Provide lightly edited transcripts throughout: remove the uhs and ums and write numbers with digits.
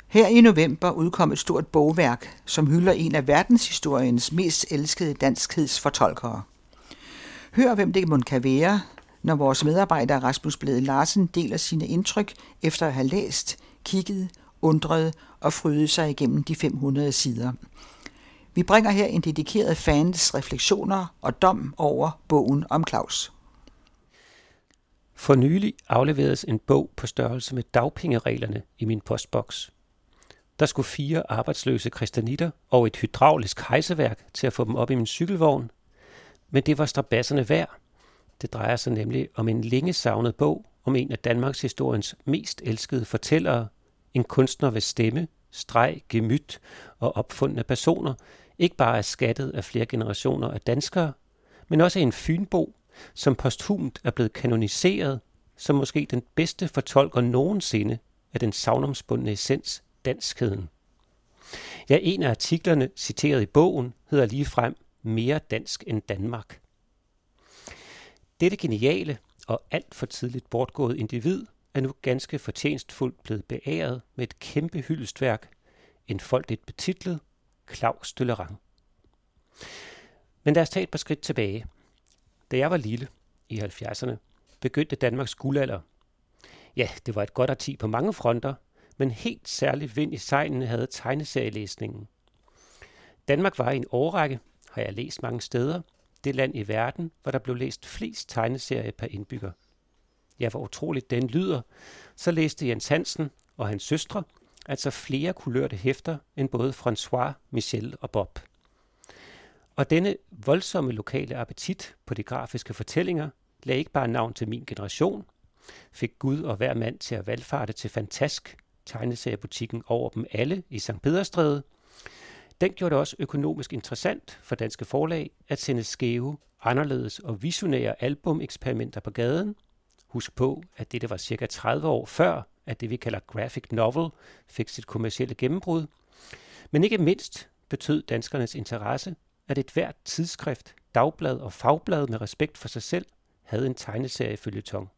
Her i november udkom et stort bogværk, som hylder en af verdenshistoriens mest elskede danskhedsfortolkere. Hør, hvem det mon kan være, når vores medarbejder Rasmus Blæde Larsen deler sine indtryk efter at have læst, kigget, undret og frydet sig igennem de 500 sider. Vi bringer her en dedikeret fans refleksioner og dom over bogen om Claus. For nylig afleveredes en bog på størrelse med dagpengereglerne i min postboks. Der skulle 4 arbejdsløse kristianitter og et hydraulisk hejseværk til at få dem op i min cykelvogn. Men det var strabadserne værd. Det drejer sig nemlig om en længe savnet bog om en af Danmarks historiens mest elskede fortællere, en kunstner ved stemme, streg, gemyt og opfundne personer, ikke bare er skattet af flere generationer af danskere, men også en fynbo, som posthumt er blevet kanoniseret som måske den bedste fortolker nogensinde af den sagnomspundne essens, danskheden. Ja, en af artiklerne citeret i bogen hedder ligefrem Mere dansk end Danmark. Dette geniale og alt for tidligt bortgået individ er nu ganske fortjenstfuldt blevet beæret med et kæmpe hyldestværk, enfoldigt betitlet Claus de Lorang. Men lad os tage et par skridt tilbage. Da jeg var lille i 70'erne, begyndte Danmarks guldalder. Ja, det var et godt årti på mange fronter, men helt særligt vind i sejlene havde tegneserielæsningen. Danmark var i en årrække, har jeg læst mange steder, det land i verden, hvor der blev læst flest tegneserier per indbygger. Ja, hvor utroligt den lyder, så læste Jens Hansen og hans søstre altså flere kulørte hæfter end både François, Michel og Bob. Og denne voldsomme lokale appetit på de grafiske fortællinger lagde ikke bare navn til min generation, fik Gud og hver mand til at valfarte til Fantask, tegneseriebutikken over dem alle i Sankt Pederstræde. Den gjorde det også økonomisk interessant for danske forlag at sende skæve, anderledes og visionære albumeksperimenter på gaden. Husk på, at dette var cirka 30 år før, at det vi kalder graphic novel fik sit kommercielle gennembrud. Men ikke mindst betød danskernes interesse, at et hvert tidsskrift, dagblad og fagblad med respekt for sig selv havde en tegneserieføljeton.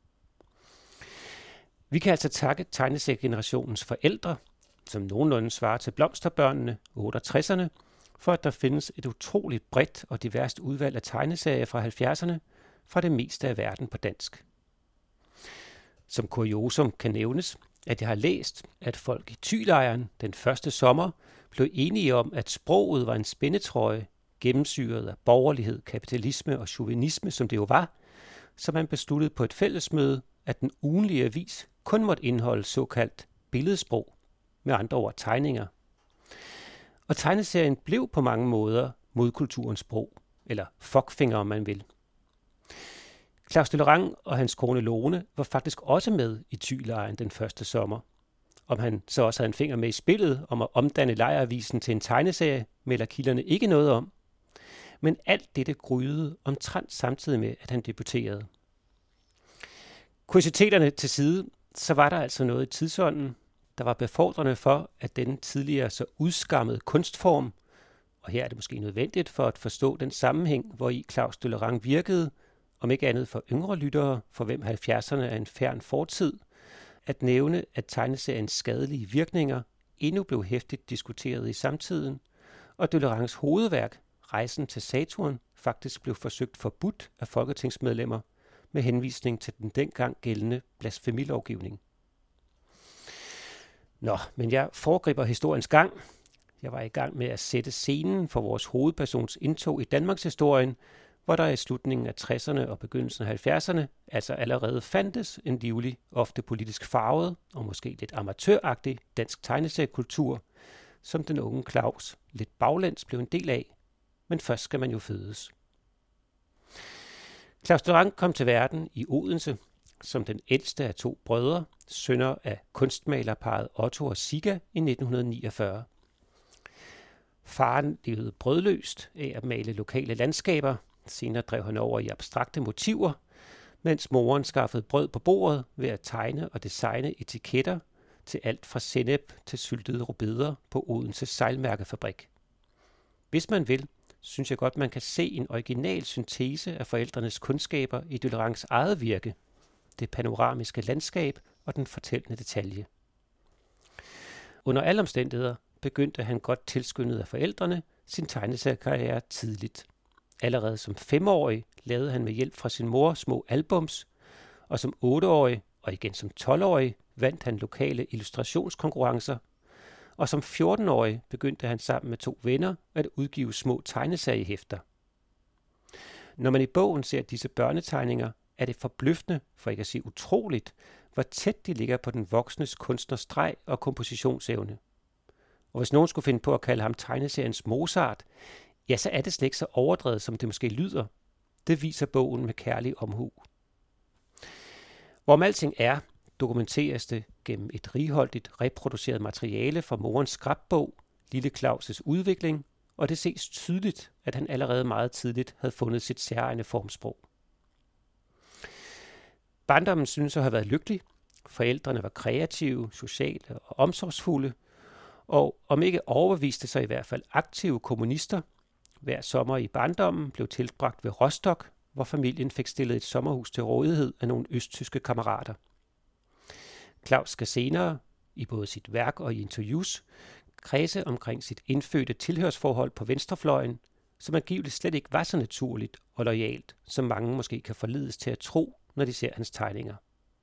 Vi kan altså takke tegneseriegenerationens forældre, som nogenlunde svarer til blomsterbørnene 68'erne, for at der findes et utroligt bredt og diverst udvalg af tegneserier fra 70'erne fra det meste af verden på dansk. Som kuriosum kan nævnes, at jeg har læst, at folk i Thylejren den første sommer blev enige om, at sproget var en spændetrøje, gennemsyret af borgerlighed, kapitalisme og chauvinisme, som det jo var, så man besluttede på et fællesmøde, at den ugentlige avis kun måtte indeholde såkaldt billedsprog, med andre ord tegninger. Og tegneserien blev på mange måder modkulturens sprog, eller fuckfinger om man vil. Claus de Lorang og hans kone Lone var faktisk også med i Thylejren den første sommer. Om han så også havde en finger med i spillet om at omdanne lejeravisen til en tegneserie, melder kilderne ikke noget om. Men alt dette gryede omtrent samtidig med, at han debuterede. Kuriositeterne til side, så var der altså noget i tidsånden, der var befordrende for, at denne tidligere så udskammede kunstform, og her er det måske nødvendigt for at forstå den sammenhæng, hvor i Claus de Lorang virkede, om ikke andet for yngre lyttere, for hvem 70'erne er en fjern fortid, at nævne, at tegneseriens skadelige virkninger endnu blev heftigt diskuteret i samtiden, og de Lorangs hovedværk, Rejsen til Saturn, faktisk blev forsøgt forbudt af folketingsmedlemmer med henvisning til den dengang gældende blasfemilovgivning. Nå, men jeg foregriber historiens gang. Jeg var i gang med at sætte scenen for vores hovedpersons indtog i Danmarks historien, hvor der i slutningen af 60'erne og begyndelsen af 70'erne altså allerede fandtes en livlig, ofte politisk farvet og måske lidt amatøragtig dansk tegneseriekultur, som den unge Claus lidt baglæns blev en del af, men først skal man jo fødes. Claus de Lorang kom til verden i Odense som den ældste af 2 brødre, sønner af kunstmalerparret Otto og Sigga i 1949. Faren levede brødløst af at male lokale landskaber. Senere drev han over i abstrakte motiver, mens moren skaffede brød på bordet ved at tegne og designe etiketter til alt fra sennep til syltede rødbeder på Odense sejlmærkefabrik. Hvis man vil, synes jeg godt, man kan se en original syntese af forældrenes kundskaber i de Lorangs eget virke, det panoramiske landskab og den fortællende detalje. Under alle omstændigheder begyndte han godt tilskyndet af forældrene sin tegneseriekarriere tidligt. Allerede som 5-årig lavede han med hjælp fra sin mor små albums, og som 8-årig og igen som 12-årig vandt han lokale illustrationskonkurrencer, og som 14-årig begyndte han sammen med 2 venner at udgive små tegneseriehæfter. Når man i bogen ser disse børnetegninger, er det forbløffende, for ikke at sige utroligt, hvor tæt de ligger på den voksnes kunstnerstreg og kompositionsevne. Og hvis nogen skulle finde på at kalde ham tegneseriens Mozart, ja, så er det slet ikke så overdrevet, som det måske lyder. Det viser bogen med kærlig omhu. Hvorom alting er, dokumenteres det gennem et righoldigt reproduceret materiale fra morens skrabbog, Lille Claus' udvikling, og det ses tydeligt, at han allerede meget tidligt havde fundet sit særegne formsprog. Barndommen synes at have været lykkelig. Forældrene var kreative, sociale og omsorgsfulde, og om ikke overbeviste sig i hvert fald aktive kommunister. Hver sommer i barndommen blev tilbragt ved Rostock, hvor familien fik stillet et sommerhus til rådighed af nogle østtyske kammerater. Claus skal senere, i både sit værk og i interviews, kredse omkring sit indfødte tilhørsforhold på venstrefløjen, som angiveligt slet ikke var så naturligt og loyalt, som mange måske kan forledes til at tro, når de ser hans tegninger.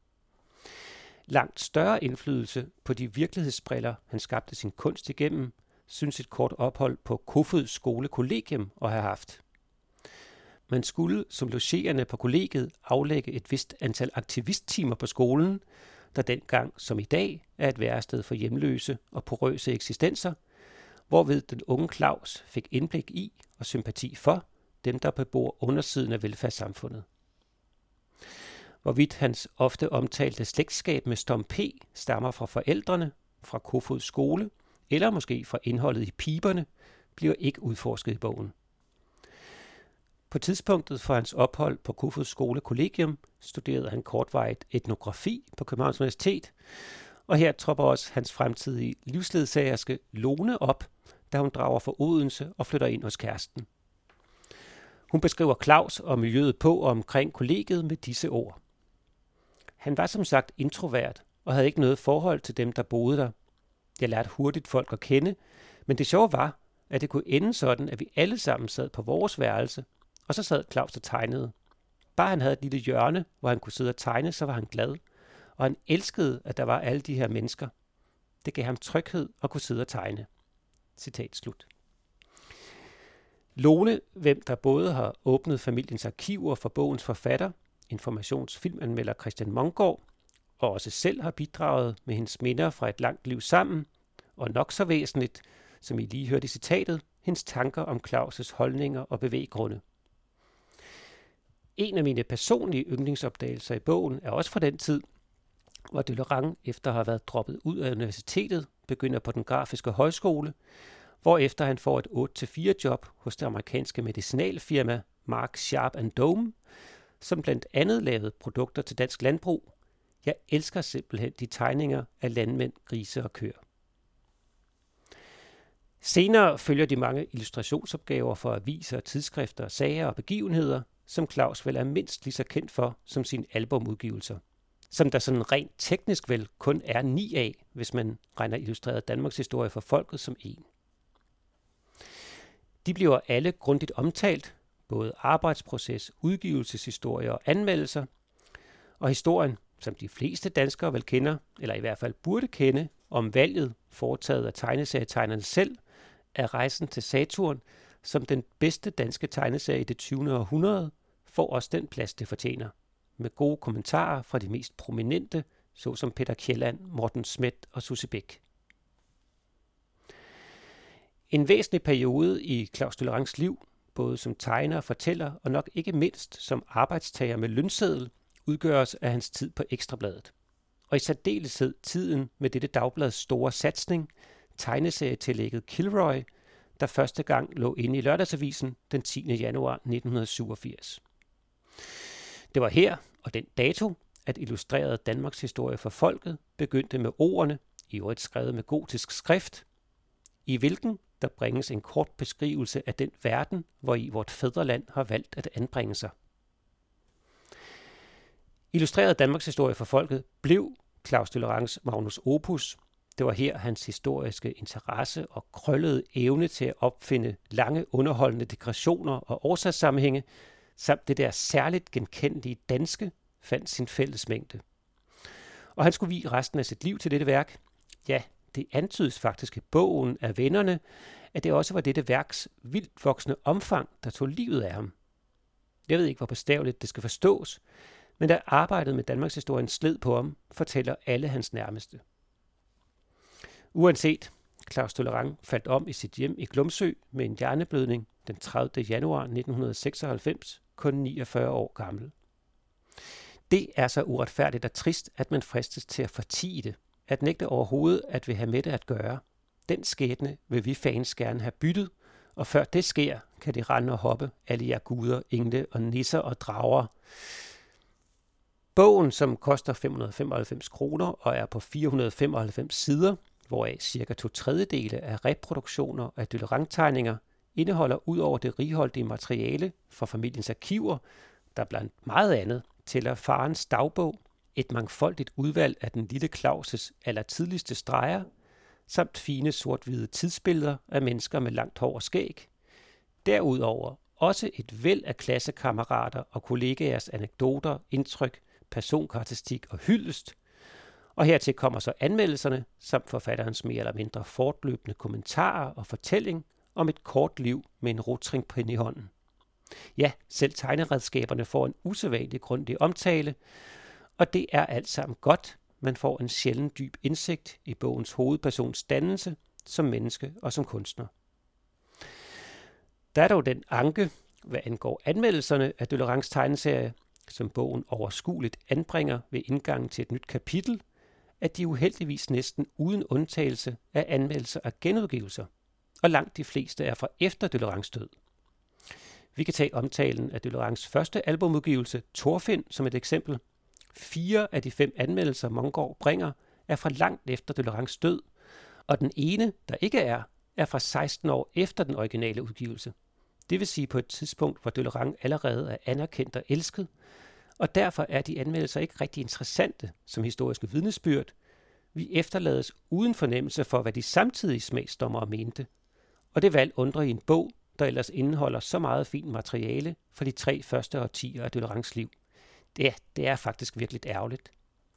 Langt større indflydelse på de virkelighedsbriller, han skabte sin kunst igennem, synes et kort ophold på Kofod Skole Kollegium at have haft. Man skulle som logerende på kollegiet aflægge et vist antal aktivisttimer på skolen, der dengang som i dag er et værested for hjemløse og porøse eksistenser, hvorved den unge Claus fik indblik i og sympati for dem, der bebor undersiden af velfærdssamfundet. Hvorvidt hans ofte omtalte slægtskab med Storm P. stammer fra forældrene, fra Kofod Skole, eller måske fra indholdet i piberne, bliver ikke udforsket i bogen. På tidspunktet for hans ophold på Kofod Skole Kollegium studerede han kortvarigt etnografi på Københavns Universitet, og her tropper også hans fremtidige livsledsagerske Lone op, da hun drager fra Odense og flytter ind hos kæresten. Hun beskriver Claus og miljøet på og omkring kollegiet med disse ord. Han var som sagt introvert og havde ikke noget forhold til dem, der boede der. Jeg lærte hurtigt folk at kende, men det sjove var, at det kunne ende sådan, at vi alle sammen sad på vores værelse, og så sad Claus og tegnede. Bare han havde et lille hjørne, hvor han kunne sidde og tegne, så var han glad, og han elskede, at der var alle de her mennesker. Det gav ham tryghed at kunne sidde og tegne. Citat slut. Lone, hvem der både har åbnet familiens arkiver for bogens forfatter, informationsfilmanmelder Christian Mongård, og også selv har bidraget med hendes minder fra et langt liv sammen, og nok så væsentligt, som I lige hørte i citatet, hendes tanker om Claus' holdninger og bevæggrunde. En af mine personlige yndlingsopdagelser i bogen er også fra den tid, hvor Delaurent efter at have været droppet ud af universitetet, begynder på den grafiske højskole, hvorefter han får et 8-4 job hos det amerikanske medicinalfirma Mark Sharp & Dome, som blandt andet lavede produkter til dansk landbrug. Jeg elsker simpelthen de tegninger af landmænd, grise og køer. Senere følger de mange illustrationsopgaver for aviser, tidsskrifter, sager og begivenheder, som Claus vel er mindst lige så kendt for som sine albumudgivelser. Som der sådan rent teknisk vel kun er 9 af, hvis man regner Illustreret Danmarks historie for folket som en. De bliver alle grundigt omtalt, både arbejdsproces, udgivelseshistorie og anmeldelser, og historien, som de fleste danskere vel kender, eller i hvert fald burde kende, om valget foretaget af tegneserietegnerne selv, er Rejsen til Saturn, som den bedste danske tegneserie i det 20. århundrede, får også den plads, det fortjener, med gode kommentarer fra de mest prominente, såsom Peter Kjelland, Morten Schmidt og Susse Bæk. En væsentlig periode i Claus Delaurents liv, både som tegner, fortæller og nok ikke mindst som arbejdstager med lønseddel, udgøres af hans tid på Ekstrabladet. Og i særdeleshed tiden med dette dagblads store satsning, tegneserietillægget Kilroy, der første gang lå inde i Lørdagsavisen den 10. januar 1987. Det var her og den dato, at Illustreret Danmarks historie for folket begyndte med ordene, i øvrigt skrevet med gotisk skrift, i hvilken der bringes en kort beskrivelse af den verden, hvor i vort fædreland har valgt at anbringe sig. Illustreret Danmarks historie for folket blev Claus Delaurents magnus opus, Det var her hans historiske interesse og krøllede evne til at opfinde lange underholdende digressioner og årsagssammenhænge, samt det der særligt genkendelige danske, fandt sin fællesmængde. Og han skulle vie resten af sit liv til dette værk. Ja, det antydes faktisk i bogen af Vennerne, at det også var dette værks vildt voksende omfang, der tog livet af ham. Jeg ved ikke, hvor bogstaveligt det skal forstås, men da arbejdet med Danmarks historien sled på ham, fortæller alle hans nærmeste. Uanset, Claus Døllerang faldt om i sit hjem i Glumsø med en hjerneblødning den 30. januar 1996, kun 49 år gammel. Det er så uretfærdigt og trist, at man fristes til at fortie det, at nægte overhovedet at vil have med det at gøre. Den skæbne vil vi fans gerne have byttet, og før det sker, kan de rende og hoppe, alle jer guder, engle og nisser og drager. Bogen, som koster 595 kroner og er på 495 sider, hvoraf cirka 2/3 er reproduktioner af Døllerang-tegninger, indeholder ud over det righoldige materiale fra familiens arkiver, der blandt meget andet tæller farens dagbog, et mangfoldigt udvalg af den lille Claus' allertidligste streger, samt fine sort-hvide tidsbilleder af mennesker med langt hår og skæg. Derudover også et væld af klassekammerater og kollegaers anekdoter, indtryk, personkarakteristik og hyldest. Og hertil kommer så anmeldelserne, samt forfatterens mere eller mindre fortløbende kommentarer og fortælling om et kort liv med en rotringpind i hånden. Ja, selv tegneredskaberne får en usædvanlig grundig omtale, og det er alt sammen godt. Man får en sjælden dyb indsigt i bogens hovedpersons dannelse som menneske og som kunstner. Der er dog den anke, hvad angår anmeldelserne af Døllerangs tegneserie, som bogen overskueligt anbringer ved indgangen til et nyt kapitel, at de uheldigvis næsten uden undtagelse er anmeldelser af genudgivelser, og langt de fleste er fra efter Døllerangs død. Vi kan tage omtalen af Døllerangs første albumudgivelse, Thorfinn, som et eksempel. 4 af de 5 anmeldelser, Mongård bringer, er fra langt efter Døllerangs død, og den ene, der ikke er fra 16 år efter den originale udgivelse. Det vil sige på et tidspunkt, hvor Døllerang allerede er anerkendt og elsket, og derfor er de anmeldelser ikke rigtig interessante som historiske vidnesbyrd. Vi efterlades uden fornemmelse for, hvad de samtidige smagsdommere mente. Og det valg undrer i en bog, der ellers indeholder så meget fint materiale for de 3 første årtier af Døllerangs liv. Det er faktisk virkelig ærgerligt.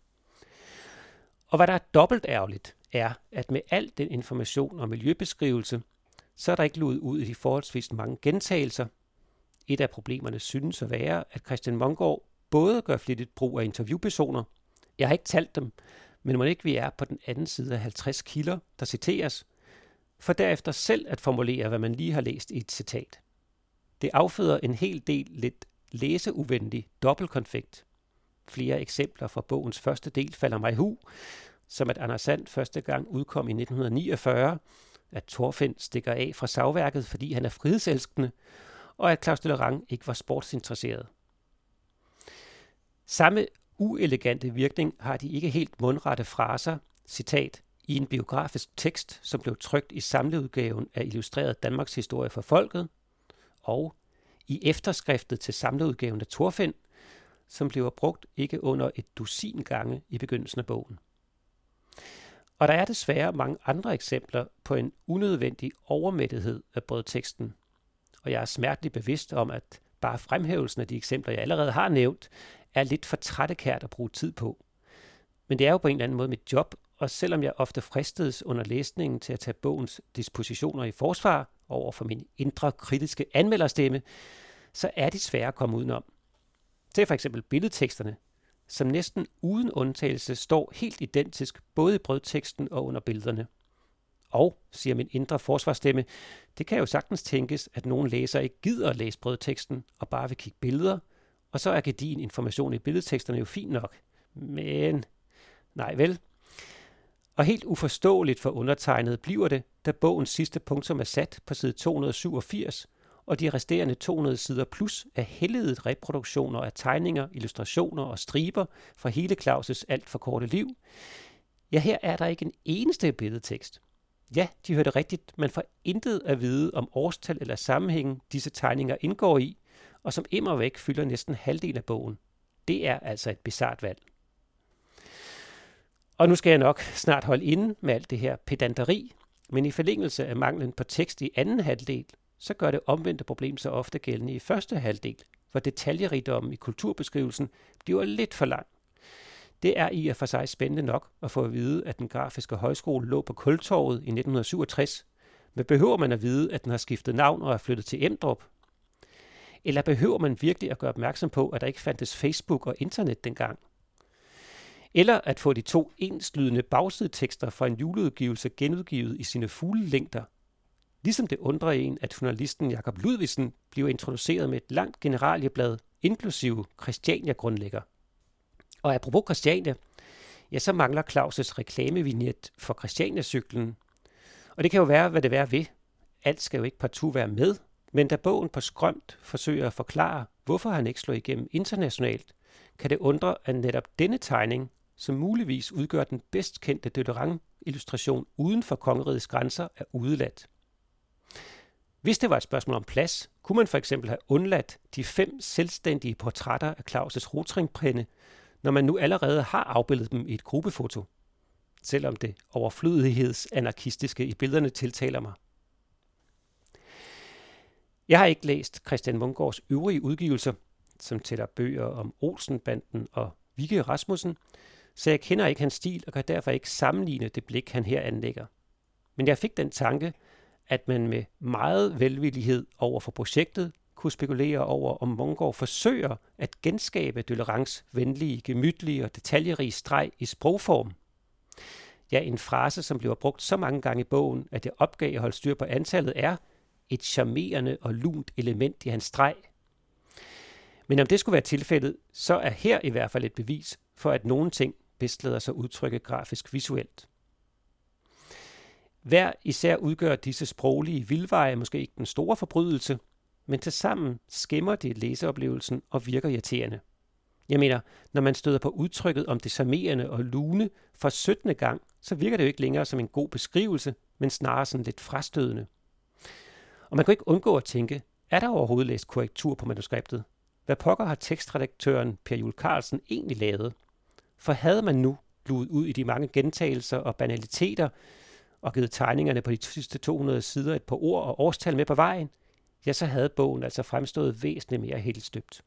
Og hvad der er dobbelt ærgerligt, er, at med al den information og miljøbeskrivelse, så er der ikke luet ud i de forholdsvis mange gentagelser. Et af problemerne synes at være, at Christian Mongård både gør flittigt brug af interviewpersoner. Jeg har ikke talt dem, men må ikke vi er på den anden side af 50 kilder, der citeres, for derefter selv at formulere, hvad man lige har læst i et citat. Det afføder en hel del lidt læseuvenlig dobbeltkonfekt. Flere eksempler fra bogens første del falder mig i hu, som at Anders Sand første gang udkom i 1949, at Thorfinn stikker af fra savværket, fordi han er frihedselskende, og at Claus Døllerang ikke var sportsinteresseret. Samme uelegante virkning har de ikke helt mundrette fraser, citat, i en biografisk tekst, som blev trykt i samleudgaven af Illustreret Danmarks Historie for Folket, og i efterskriftet til samleudgaven af Thorfinn, som bliver brugt ikke under et dusin gange i begyndelsen af bogen. Og der er desværre mange andre eksempler på en unødvendig overmættethed af brødteksten, og jeg er smerteligt bevidst om, at bare fremhævelsen af de eksempler, jeg allerede har nævnt, er lidt for trættekært at bruge tid på. Men det er jo på en eller anden måde mit job, og selvom jeg ofte fristedes under læsningen til at tage bogens dispositioner i forsvar over for min indre kritiske anmelderstemme, så er de svære at komme udenom. Det er for eksempel billedteksterne, som næsten uden undtagelse står helt identisk både i brødteksten og under billederne. Og, siger min indre forsvarsstemme, det kan jo sagtens tænkes, at nogle læsere ikke gider at læse brødteksten og bare vil kigge billeder, og så er gedigen information i billedteksterne jo fint nok. Men nej vel. Og helt uforståeligt for undertegnet bliver det, da bogens sidste punktum er sat på side 287, og de resterende 200 sider plus er helliget reproduktioner af tegninger, illustrationer og striber fra hele Claus' alt for korte liv. Ja, her er der ikke en eneste billedtekst. Ja, de hørte rigtigt, man får intet at vide om årstal eller sammenhængen, disse tegninger indgår i, og som immervæk fylder næsten halvdelen af bogen. Det er altså et bizart valg. Og nu skal jeg nok snart holde inde med alt det her pedanteri, men i forlængelse af manglen på tekst i anden halvdel, så gør det omvendte problem så ofte gældende i første halvdel, hvor detaljerigdommen i kulturbeskrivelsen bliver lidt for lang. Det er i og for sig spændende nok at få at vide, at den grafiske højskole lå på Kultorvet i 1967, men behøver man at vide, at den har skiftet navn og er flyttet til Emdrup? Eller behøver man virkelig at gøre opmærksom på, at der ikke fandtes Facebook og internet dengang? Eller at få de 2 enslydende bagsidetekster fra en juleudgivelse genudgivet i sine fulde længder. Ligesom det undrer en, at journalisten Jakob Ludvigsen bliver introduceret med et langt generalieblad, inklusive Christiania-grundlægger. Og apropos Christiania, ja, så mangler Claus' reklamevignet for Christiania-cyklen. Og det kan jo være, hvad det være ved. Alt skal jo ikke partout være med, men da bogen på skrømt forsøger at forklare, hvorfor han ikke slår igennem internationalt, kan det undre, at netop denne tegning, som muligvis udgør den bedst kendte Døderang-illustration uden for kongerigets grænser, er udeladt. Hvis det var et spørgsmål om plads, kunne man for eksempel have undladt de 5 selvstændige portrætter af Claus' rotringprinde, når man nu allerede har afbildet dem i et gruppefoto, selvom det overflødighedsanarkistiske i billederne tiltaler mig. Jeg har ikke læst Christian Mungårds øvrige udgivelser, som tæller bøger om Olsenbanden og Vigge Rasmussen, så jeg kender ikke hans stil og kan derfor ikke sammenligne det blik, han her anlægger. Men jeg fik den tanke, at man med meget velvillighed over for projektet kunne spekulere over, om Mungård forsøger at genskabe Dølerangs venlige, gemytlige og detaljerige streg i sprogform. Ja, en frase, som bliver brugt så mange gange i bogen, at jeg opgav at holde styr på antallet, er et charmerende og lunt element i hans streg. Men om det skulle være tilfældet, så er her i hvert fald et bevis for, at nogle ting bedst lader sig udtrykke grafisk visuelt. Hver især udgør disse sproglige vildveje måske ikke den store forbrydelse, men tilsammen skæmmer det læseoplevelsen og virker irriterende. Jeg mener, når man støder på udtrykket om det charmerende og lune for 17. gang, så virker det jo ikke længere som en god beskrivelse, men snarere sådan lidt frastødende. Og man kan ikke undgå at tænke, er der overhovedet læst korrektur på manuskriptet? Hvad pokker har tekstredaktøren Per Juel Carlsen egentlig lavet? For havde man nu luet ud i de mange gentagelser og banaliteter og givet tegningerne på de sidste 200 sider et par ord og årstal med på vejen, ja, så havde bogen altså fremstået væsentligt mere helstøbt.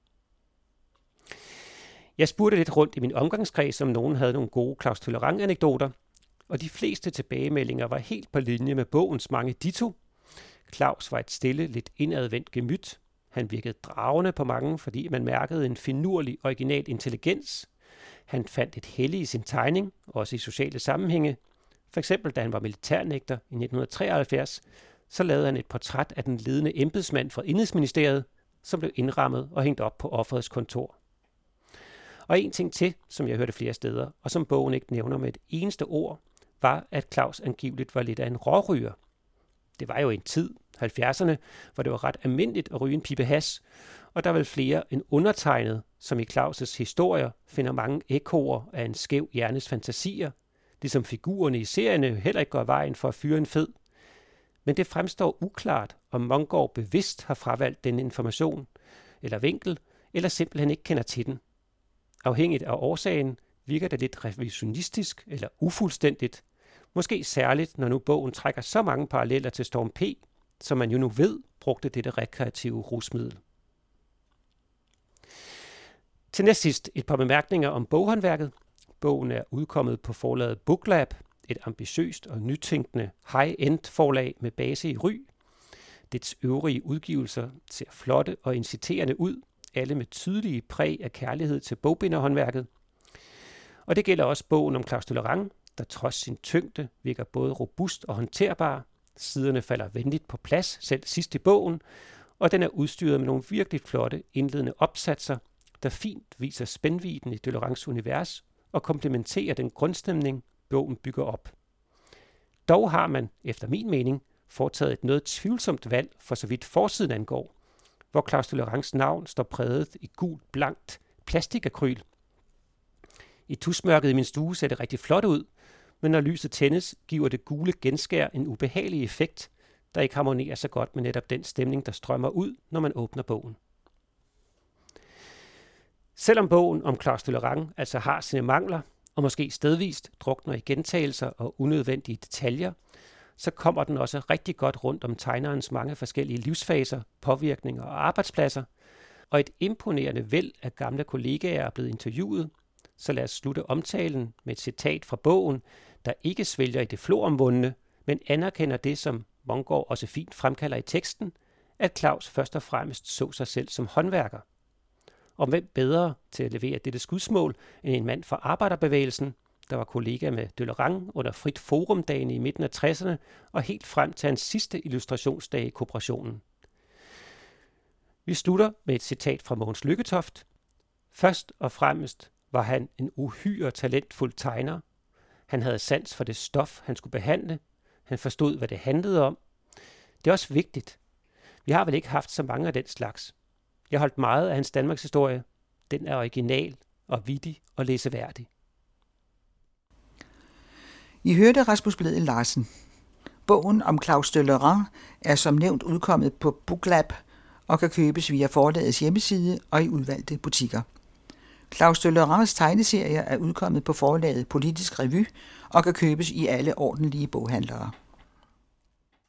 Jeg spurgte lidt rundt i min omgangskreds, om nogen havde nogle gode Claus Dølerang-anekdoter, og de fleste tilbagemeldinger var helt på linje med bogens mange ditto. Claus var et stille, lidt indadvendt gemyt. Han virkede dragende på mange, fordi man mærkede en finurlig, original intelligens. Han fandt et helle i sin tegning, også i sociale sammenhænge. For eksempel, da han var militærnægter i 1973, så lavede han et portræt af den ledende embedsmand fra Indenrigsministeriet, som blev indrammet og hængt op på offerets kontor. Og en ting til, som jeg hørte flere steder, og som bogen ikke nævner med et eneste ord, var, at Claus angiveligt var lidt af en råryger. Det var jo en tid, 70'erne, hvor det var ret almindeligt at ryge en pibe hash, og der er vel flere end undertegnet, som i Claus' historier finder mange ekkoer af en skæv hjernes fantasier, ligesom figurerne i serierne heller ikke går vejen for at fyre en fed. Men det fremstår uklart, om Mungård bevidst har fravalgt den information eller vinkel, eller simpelthen ikke kender til den. Afhængigt af årsagen virker det lidt revisionistisk eller ufuldstændigt, måske særligt, når nu bogen trækker så mange paralleller til Storm P., som man jo nu ved brugte dette rekreative rusmiddel. Til næst sidst et par bemærkninger om boghåndværket. Bogen er udkommet på forlaget Booklab, et ambitiøst og nytænkende high-end forlag med base i Ry. Dets øvrige udgivelser ser flotte og inciterende ud, alle med tydelige præg af kærlighed til bogbinderhåndværket. Og det gælder også bogen om Claus Dølerang, der trods sin tyngde virker både robust og håndterbar. Siderne falder venligt på plads, selv sidst i bogen, og den er udstyret med nogle virkelig flotte indledende opsatser, der fint viser spændvidden i Dølerangs univers og komplementerer den grundstemning, bogen bygger op. Dog har man, efter min mening, foretaget et noget tvivlsomt valg for så vidt forsiden angår, hvor Claus Dølerangs navn står præget i gult blankt plastikakryl. I tusmørket i min stue ser det rigtig flot ud, men når lyset tændes, giver det gule genskær en ubehagelig effekt, der ikke harmonerer så godt med netop den stemning, der strømmer ud, når man åbner bogen. Selvom bogen om Claus Dølerang altså har sine mangler, og måske stedvist drukner i gentagelser og unødvendige detaljer, så kommer den også rigtig godt rundt om tegnerens mange forskellige livsfaser, påvirkninger og arbejdspladser, og et imponerende væld af gamle kollegaer er blevet interviewet, så lad os slutte omtalen med et citat fra bogen, der ikke svælger i det floromvundne, men anerkender det, som Mongård også fint fremkalder i teksten, at Claus først og fremmest så sig selv som håndværker. Og hvem bedre til at levere dette skudsmål end en mand fra arbejderbevægelsen, der var kollega med Døllerang under Frit Forum-dagene i midten af 60'erne og helt frem til hans sidste illustrationsdag i kooperationen. Vi slutter med et citat fra Mogens Lykketoft. Først og fremmest var han en uhyre talentfuld tegner. Han havde sans for det stof, han skulle behandle. Han forstod, hvad det handlede om. Det er også vigtigt. Vi har vel ikke haft så mange af den slags. Jeg holdt meget af hans Danmarks historie. Den er original og vittig og læseværdig. I hørte Rasmus Bledel Larsen. Bogen om Claus Døllerang er som nævnt udkommet på Booklab og kan købes via forlagets hjemmeside og i udvalgte butikker. Claus Døllerangs tegneserier er udkommet på forlaget Politisk Revy og kan købes i alle ordentlige boghandlere.